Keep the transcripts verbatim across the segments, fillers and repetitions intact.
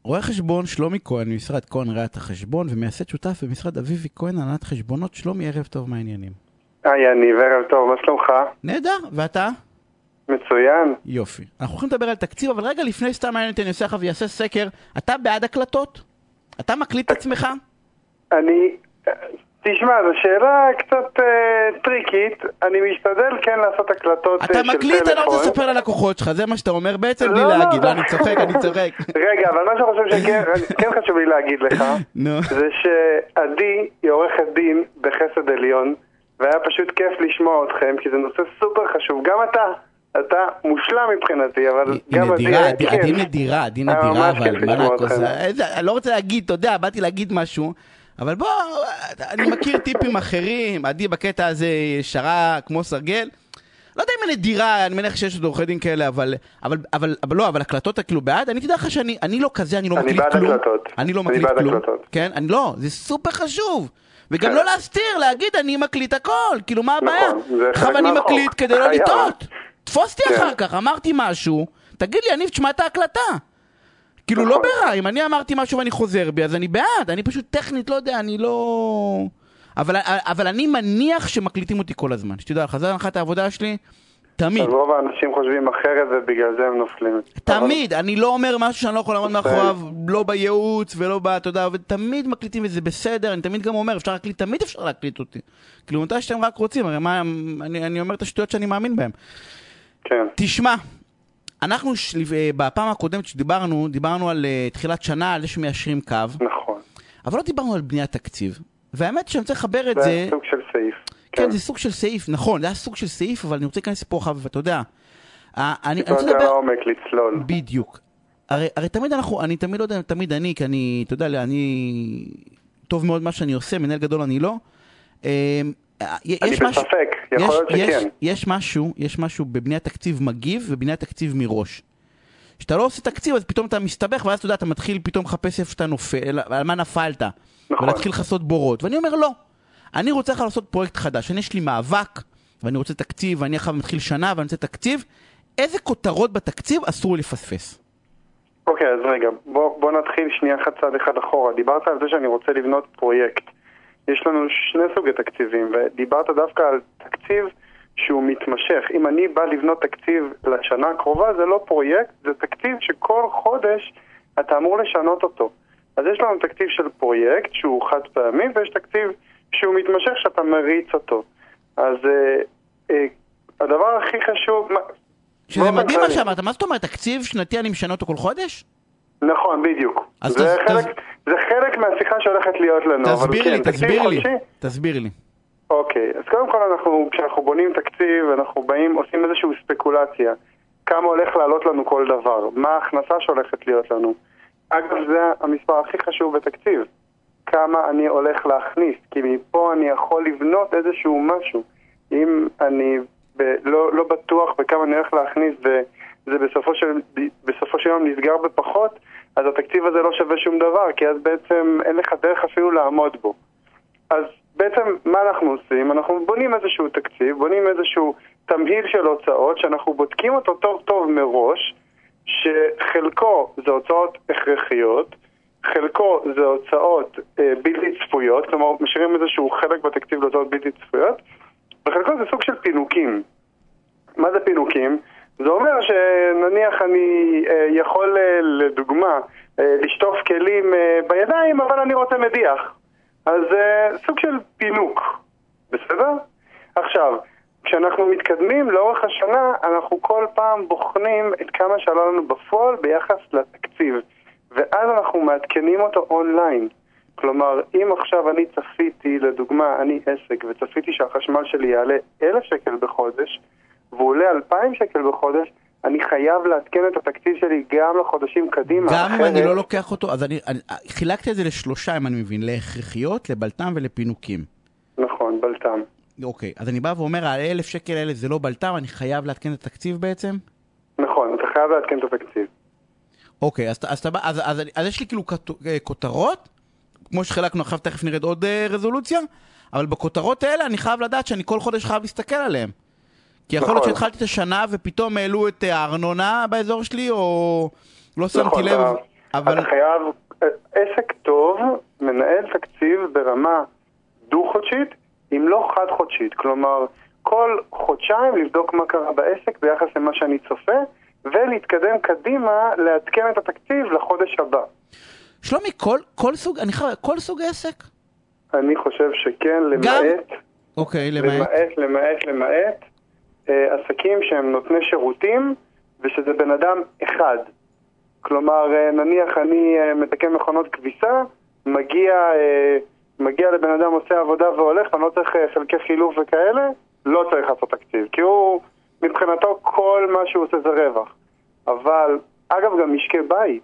רואה חשבון שלומי כהן ממשרד כהן ראיית החשבון ומייסד שותף במשרד אביבי כהן הנהלת חשבונות. שלומי, ערב טוב, מה העניינים? היי, אני ערב טוב, מה שלומך? נהדר, ואתה? מצוין. יופי. אנחנו יכולים לדבר על תקציב, אבל רגע לפני סתם מעניין אני עושה לך ויעשה סקר. אתה בעד הקלטות? אתה מקליט את עצמך? אני... תשמע, זו שאלה קצת אה, טריקית. אני משתדל כן לעשות הקלטות אתה אה, של מקליט, טלפון. אני רוצה לספר ללקוחות שלך, זה מה שאתה אומר בעצם בלי לא, להגיד. לא. לא, אני צוחק, אני צוחק. רגע, אבל מה שאני חושב שכן כן חשוב לי להגיד לך, נו. זה שעדי היא עורכת דין בחסד עליון, והיה פשוט כיף לשמוע אתכם, כי זה נושא סופר חשוב. גם אתה, אתה מושלם מבחינתי, אבל היא גם נדירה, עדי... עדי נדירה, עדי נדירה, אבל מה לעקוס, אני לא רוצה להגיד, אתה יודע, באתי להגיד משהו, אבל בוא, אני מכיר טיפים אחרים, עדי בקטע הזה ישרה כמו סרגל, לא יודע אם היא נדירה, אני מניח שיש עוד עורכי דין כאלה, אבל, אבל, אבל, אבל לא, אבל הקלטות כאילו בעד, אני תדע לך שאני, אני לא כזה, אני לא מקליט כלום, אני לא מקליט כלום, כן, אני לא, זה סופר חשוב, וגם לא להסתיר, להגיד, אני מקליט הכל, כאילו מה הבעיה? עכשיו אני מקליט כדי לא לטעות, תפוס אותי אחר כך, אמרתי משהו, תגיד לי, אני תשמע את ההקלטה, כאילו לא ברע, אם אני אמרתי משהו ואני חוזר בי, אז אני בעד, אני פשוט טכנית, לא יודע, אני לא... אבל, אבל אני מניח שמקליטים אותי כל הזמן, שתדע לך, זה הנחת העבודה שלי, תמיד. רוב האנשים חושבים אחרת ובגלל זה הם נופלים. תמיד, אני לא אומר משהו שאני לא יכול לעמוד מאחוריו, לא בייעוץ ולא ב... אתה יודע, ותמיד מקליטים וזה בסדר, אני תמיד גם אומר, אפשר להקליט, תמיד אפשר להקליט אותי. כאילו, מתי שאתם רק רוצים, הרי מה, אני, אני אומר את השטויות שאני מאמין בהם. כן. תשמע, אנחנו בפעם הקודמת שדיברנו, דיברנו על תחילת שנה, על זה שמיישרים קו. נכון. אבל לא דיברנו על בניית תקציב. והאמת שאני רוצה לחבר את זה... זה סוג של סעיף. כן, זה סוג של סעיף, נכון, זה היה סוג של סעיף, אבל אני רוצה להיכנס פה אחר, ואתה יודע... אני רוצה לדבר... לעומק, לצלול. בדיוק. הרי, הרי תמיד אנחנו, אני תמיד לא יודע, תמיד אני, כי אני, אתה יודע, אני... טוב מאוד מה שאני עושה, מנהל גדול אני לא. אני בספק, יכול להיות שכן. יש משהו, יש משהו בבניית תקציב מגיב ובבניית תקציב מראש. כשאתה לא עושה תקציב, אז פתאום אתה מסתבך, ואז אתה יודע, אתה מתחיל פתאום לחפש איפה שאתה נופל, על מה נפלת, נכון. ולהתחיל לחסות בורות. ואני אומר, לא. אני רוצה לך לעשות פרויקט חדש. אני יש לי מאבק, ואני רוצה תקציב, ואני עכשיו מתחיל שנה, ואני רוצה תקציב. איזה כותרות בתקציב אסור לפספס? אוקיי, אז רגע, בוא, בוא נתחיל שנייה אחד צעד אחד אחורה. דיברת על זה שאני רוצה לבנות פרויקט. יש לנו שני סוגי תקציבים, ודיברת דווקא על תקציב שהוא מתמשך. אם אני בא לבנות תקציב לשנה הקרובה, זה לא פרויקט, זה תקציב שכל חודש אתה אמור לשנות אותו. אז יש לנו תקציב של פרויקט שהוא חד פעמי, ויש תקציב שהוא מתמשך שאתה מריץ אותו. אז אה, אה, הדבר הכי חשוב... שזה מדהים מה שאמרת, מה זאת אומרת? תקציב שנתי אני משנה אותו כל חודש? נכון, בדיוק. זה, תס, חלק, תס... זה חלק מהשיחה שהולכת להיות לנו. תסביר אבל לי, כן, תסביר לי, חודשי... תסביר לי. אוקיי, אז קודם כל אנחנו, כשאנחנו בונים תקציב, אנחנו באים, עושים איזושהי ספקולציה. כמה הולך לעלות לנו כל דבר? מה ההכנסה שהולכת להיות לנו? אגב, זה המספר הכי חשוב בתקציב. כמה אני הולך להכניס, כי מפה אני יכול לבנות איזשהו משהו. אם אני ב- לא, לא בטוח בכמה אני הולך להכניס, וזה בסופו של, בסופו של יום נסגר בפחות, אז התקציב הזה לא שווה שום דבר, כי אז בעצם אין לך דרך אפילו לעמוד בו. אז בעצם מה אנחנו עושים? אנחנו בונים איזשהו תקציב, בונים איזשהו תמהיל של הוצאות, שאנחנו בודקים אותו טוב טוב מראש, שחלקו זה הוצאות הכרחיות, חלקו זה הוצאות אה, בלתי צפויות, כלומר משאירים איזשהו חלק בתקציב להוצאות בלתי צפויות, וחלקו זה סוג של פינוקים. מה זה פינוקים? זה אומר שנניח אני אה, יכול אה, לדוגמה אה, לשטוף כלים אה, בידיים, אבל אני רוצה מדיח. אז אה, סוג של פינוק, בסדר? עכשיו, כשאנחנו מתקדמים לאורך השנה, אנחנו כל פעם בוחנים את כמה שעלה לנו בפועל ביחס לתקציב. ואז אנחנו מעדכנים אותו אונליין. כלומר, אם עכשיו אני צפיתי, לדוגמה, אני עסק, וצפיתי שהחשמל שלי יעלה אלף שקל בחודש, והוא עולה אלפיים שקל בחודש, אני חייב לעדכן את התקציב שלי גם לחודשים קדימה. גם אם אני לא לוקח אותו, אז אני, אני חילקתי את זה לשלושה, אם אני מבין, להכרחיות, לבלטם ולפינוקים. נכון, בלטם. אוקיי, אז אני בא ואומר, על אלף שקל האלה זה לא בלטם, אני חייב לעדכן את התקציב בעצם? נכון, אתה חייב לעדכן את התקציב. אוקיי, אז, אז, אז, אז, אז יש לי כאילו כותרות, כמו שחילקנו, עכשיו תכף נרד עוד רזולוציה, אבל בכותרות האלה אני חייב לדעת שאני כל חודש חייב להסתכל עליהן. כי יכול להיות שהתחלתי את השנה ופתאום העלו את הארנונה באזור שלי, או לא שמתי לב. אבל... אתה חייב, עסק טוב מנהל תקציב ברמה דו-חודשית, אם לא חד-חודשית. כלומר, כל חודשיים לבדוק מה קרה בעסק ביחס למה שאני צופה, ולהתקדם קדימה, לעדכן את התקציב לחודש הבא. שלומי, כל, כל סוג, אני חושב, כל סוג עסק? אני חושב שכן, למעט... גם? אוקיי, למעט. למעט, למעט, למעט. אה, עסקים שהם נותני שירותים, ושזה בן אדם אחד. כלומר, אה, נניח אני אה, מתקן מכונות כביסה, מגיע, אה, מגיע לבן אדם עושה עבודה והולך, ואני לא צריך אה, חלקי חילוף וכאלה, לא צריך לעשות תקציב. כי הוא, מבחינתו, כל מה שהוא עושה זה רווח. אבל, אגב, גם משקי בית.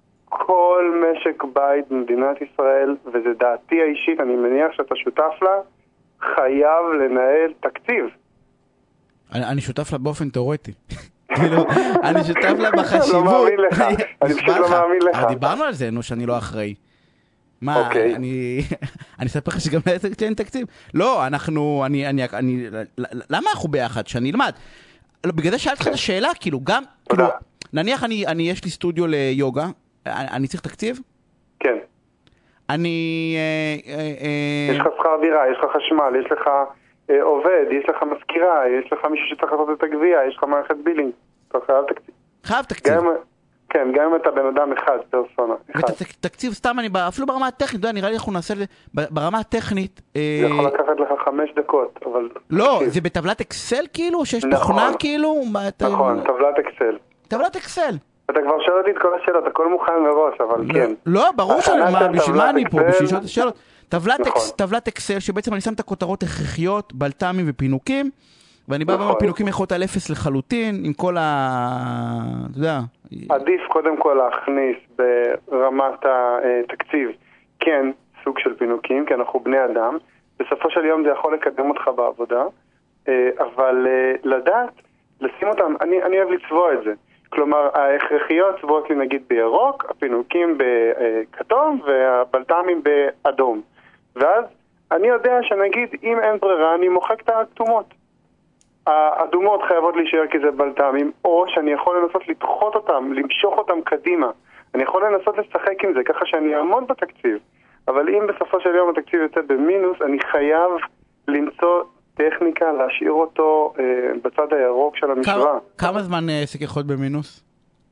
כל משק בית במדינת ישראל, וזה דעתי האישית, אני מניח שאתה שותף לה, חייב לנהל תקציב. אני, אני שותף לה באופן תיאורטי. כאילו, אני שותף לה בחשיבות. לא מאמין לך, אני פשוט לא מאמין לך. אבל דיברנו על זה, נו, שאני לא אחראי. מה, אני... אני אספר לך שגם אין תקציב. לא, אנחנו, אני, אני, אני, למה אנחנו ביחד? שאני אלמד. בגלל זה שאלת לך את השאלה, כאילו, גם, כאילו, נניח אני, אני, יש לי סטודיו ליוגה, אני צריך תקציב? כן. אני... יש לך שכר דירה, יש לך חשמל, יש לך עובד, יש לך מזכירה, יש לך מישהו שצריך לעשות את הגבייה, יש לך מערכת בילינג. אתה חייב תקציב. חייב תקציב. כן, גם אם אתה בן אדם אחד, פרסונה. ותקציב סתם, אני אפילו ברמה הטכנית, נראה לי אנחנו נעשה ברמה הטכנית... זה יכול לקחת לך חמש דקות, אבל... לא, זה בטבלת אקסל כאילו, או שיש תוכנה כאילו? נכון, טבלת אקסל. טבלת אקסל. אתה כבר שואל אותי את כל השאלות, הכל מוכן מראש, אבל כן. לא, ברור שאני, בשביל מה אני פה, בשביל לשאול את השאלות. טבלת אקסל, שבעצם אני שם את הכותרות הכרחיות, בלת"מים ופינוקים, ואני בא ואומר פינוקים יכולות על אפס לחלוטין, עם כל ה... אתה יודע... עדיף קודם כל להכניס ברמת התקציב, כן, סוג של פינוקים, כי אנחנו בני אדם. בסופו של יום זה יכול לקדם אותך בעבודה, אבל לדעת, לשים אותם, אני, אני אוהב לצבוע את זה. כלומר, ההכרחיות צבועות לי נגיד בירוק, הפינוקים בכתום והבלת"מים באדום. ואז אני יודע שנגיד, אם אין ברירה, אני מוחק את הכתומות. האדומות חייבות להישאר כי זה בלת"מים, או שאני יכול לנסות לדחות אותם, למשוך אותם קדימה. אני יכול לנסות לשחק עם זה, ככה שאני אעמוד בתקציב. אבל אם בסופו של יום התקציב יוצא במינוס, אני חייב למצוא טכניקה, להשאיר אותו אה, בצד הירוק של המשוואה. כמה זמן עסק יכול להיות במינוס?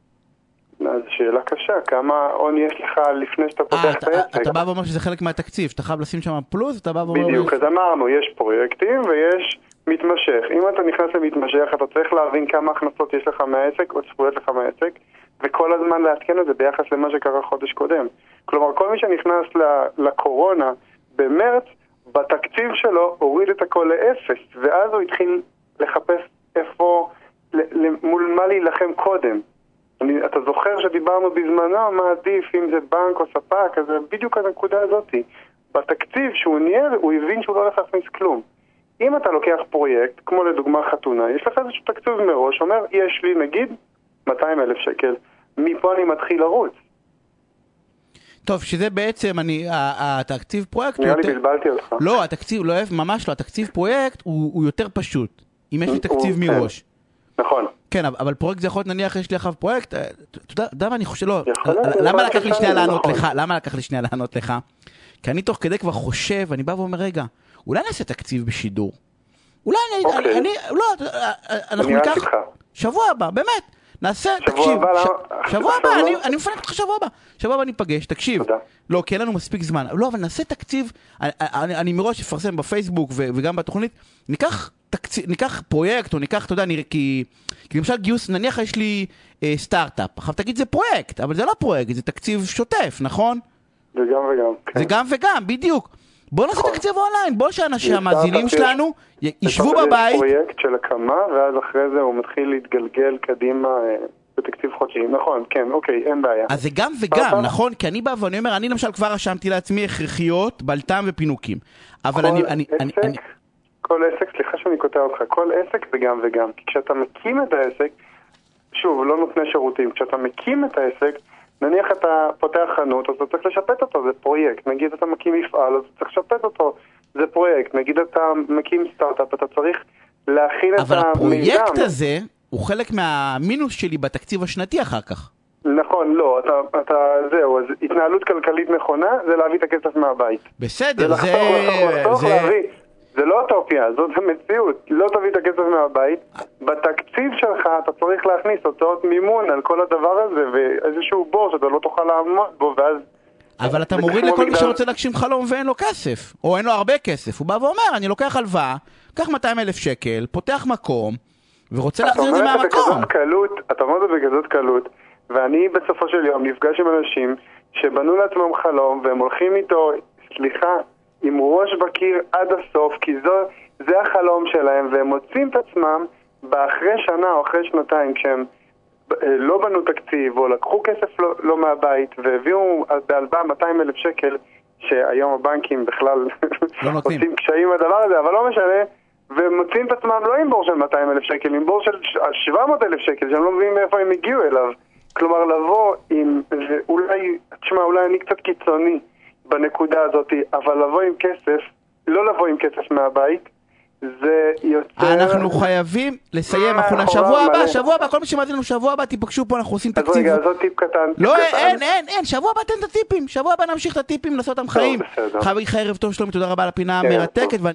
זו שאלה קשה. כמה הון יש לך לפני שאתה פותח את העסק? אתה בא ואומר שזה חלק מהתקציב, שאתה חייב לשים שם פלוס, אתה בא ואומר... בדיוק, אז אמרנו, יש פרויקטים ויש מתמשך. אם אתה נכנס למתמשך, אתה צריך להבין כמה הכנסות יש לך מהעסק או צפויות לך מהעסק, וכל הזמן להתקן את זה ביחס למה שקרה חודש קודם. כלומר, כל מי שנכנס לקורונה במרץ, בתקציב שלו הוריד את הכל לאפס, ואז הוא התחיל לחפש איפה, מול מה להילחם קודם. אני, אתה זוכר שדיברנו בזמנו מה עדיף, אם זה בנק או ספק, אז זה בדיוק הנקודה הזאת. בתקציב שהוא ניהל, הוא הבין שהוא לא הולך להכניס כלום. אם אתה לוקח פרויקט, כמו לדוגמה חתונה, יש לך איזשהו תקציב מראש, אומר, יש לי נגיד מאתיים אלף שקל, מפה אני מתחיל לרוץ. טוב, שזה בעצם, אני, התקציב פרויקט... נראה לי בלבלתי אותך. לא, התקציב, לא, ממש לא, התקציב פרויקט הוא, הוא יותר פשוט, אם יש לי תקציב מראש. נכון. כן, אבל פרויקט זה יכול להיות, נניח, יש לי אחר פרויקט, אתה יודע מה, אני חושב, לא, למה לקח לי שנייה לענות לך? למה לקח לי שנייה לענות לך? כי אני תוך כדי כבר חושב, אני בא ואומר, רגע, אולי נעשה תקציב בשידור? אולי אני, אני, לא, אנחנו ניקח, שבוע הבא, באמת. נעשה, תקשיב, שבוע הבא, אני מפנק אותך שבוע הבא, שבוע הבא ניפגש, תקשיב, לא, כי אין לנו מספיק זמן, לא, אבל נעשה תקציב, אני מראש אפרסם בפייסבוק וגם בתוכנית, ניקח פרויקט, או ניקח, אתה יודע, כי למשל גיוס, נניח יש לי סטארט-אפ, עכשיו תגיד זה פרויקט, אבל זה לא פרויקט, זה תקציב שוטף, נכון? זה גם וגם. זה גם וגם, בדיוק. בוא נעשה תקציב אונליין, בוא שאנשים, המאזינים שלנו, ישבו בבית. זה פרויקט של הקמה, ואז אחרי זה הוא מתחיל להתגלגל קדימה בתקציב חודשי. נכון, כן, אוקיי, אין בעיה. אז זה גם וגם, נכון? כי אני בא ואני אומר, אני למשל כבר רשמתי לעצמי הכרחיות, בלת"ם ופינוקים. אבל אני... כל עסק, סליחה שאני קוטע אותך, כל עסק זה גם וגם. כי כשאתה מקים את העסק, שוב, לא נותני שירותים, כשאתה מקים את העסק, נניח אתה פותח חנות, אז אתה צריך לשפט אותו, זה פרויקט. נגיד אתה מקים מפעל, אז אתה צריך לשפט אותו, זה פרויקט. נגיד אתה מקים סטארט-אפ, אתה צריך להכין את המיזם. אבל הפרויקט הזה הוא חלק מהמינוס שלי בתקציב השנתי אחר כך. נכון, לא, אתה, אתה, זהו, אז התנהלות כלכלית נכונה זה להביא את הכסף מהבית. בסדר, זה... זה... לחתוך, לחתוך, זה... להביא. זה לא אוטופיה, זאת המציאות. לא תביא את הכסף מהבית. בתקציב שלך אתה צריך להכניס הוצאות מימון על כל הדבר הזה, ואיזשהו בור שאתה לא תוכל לעמוד בו, ואז... אבל אתה מוריד לכל מי שרוצה להגשים חלום ואין לו כסף, או אין לו הרבה כסף. הוא בא ואומר, אני לוקח הלוואה, קח מאתיים אלף שקל, פותח מקום, ורוצה להחזיר את זה מהמקום. אתה אומר את זה בכזאת קלות, ואני בסופו של יום נפגש עם אנשים שבנו לעצמם חלום, והם הולכים איתו, סליחה, עם ראש בקיר עד הסוף, כי זו, זה החלום שלהם, והם מוצאים את עצמם באחרי שנה או אחרי שנתיים, כשהם לא בנו תקציב, או לקחו כסף לא, לא מהבית, והביאו בהלוואה מאתיים אלף שקל, שהיום הבנקים בכלל לא עושים קשיים הדבר הזה, אבל לא משנה, ומוצאים את עצמם לא עם בור של מאתיים אלף שקל, עם בור של שבע מאות אלף שקל, שהם לא מבינים מאיפה הם הגיעו אליו. כלומר, לבוא עם, אולי, תשמע, אולי אני קצת קיצוני בנקודה הזאת, אבל לבוא עם כסף, לא לבוא עם כסף מהבית, זה יוצא... אנחנו חייבים לסיים, אנחנו לשבוע הבא, שבוע הבא, כל מי שמאזין לנו שבוע הבא, תיפגשו פה, אנחנו עושים תקציב. אז רגע, זאת טיפ קטן. לא, אין, אין, אין, שבוע הבא תן את הטיפים, שבוע הבא נמשיך את הטיפים, לעשות אותם חיים. חייב ערב טוב שלומי, תודה רבה על הפינה המרתקת.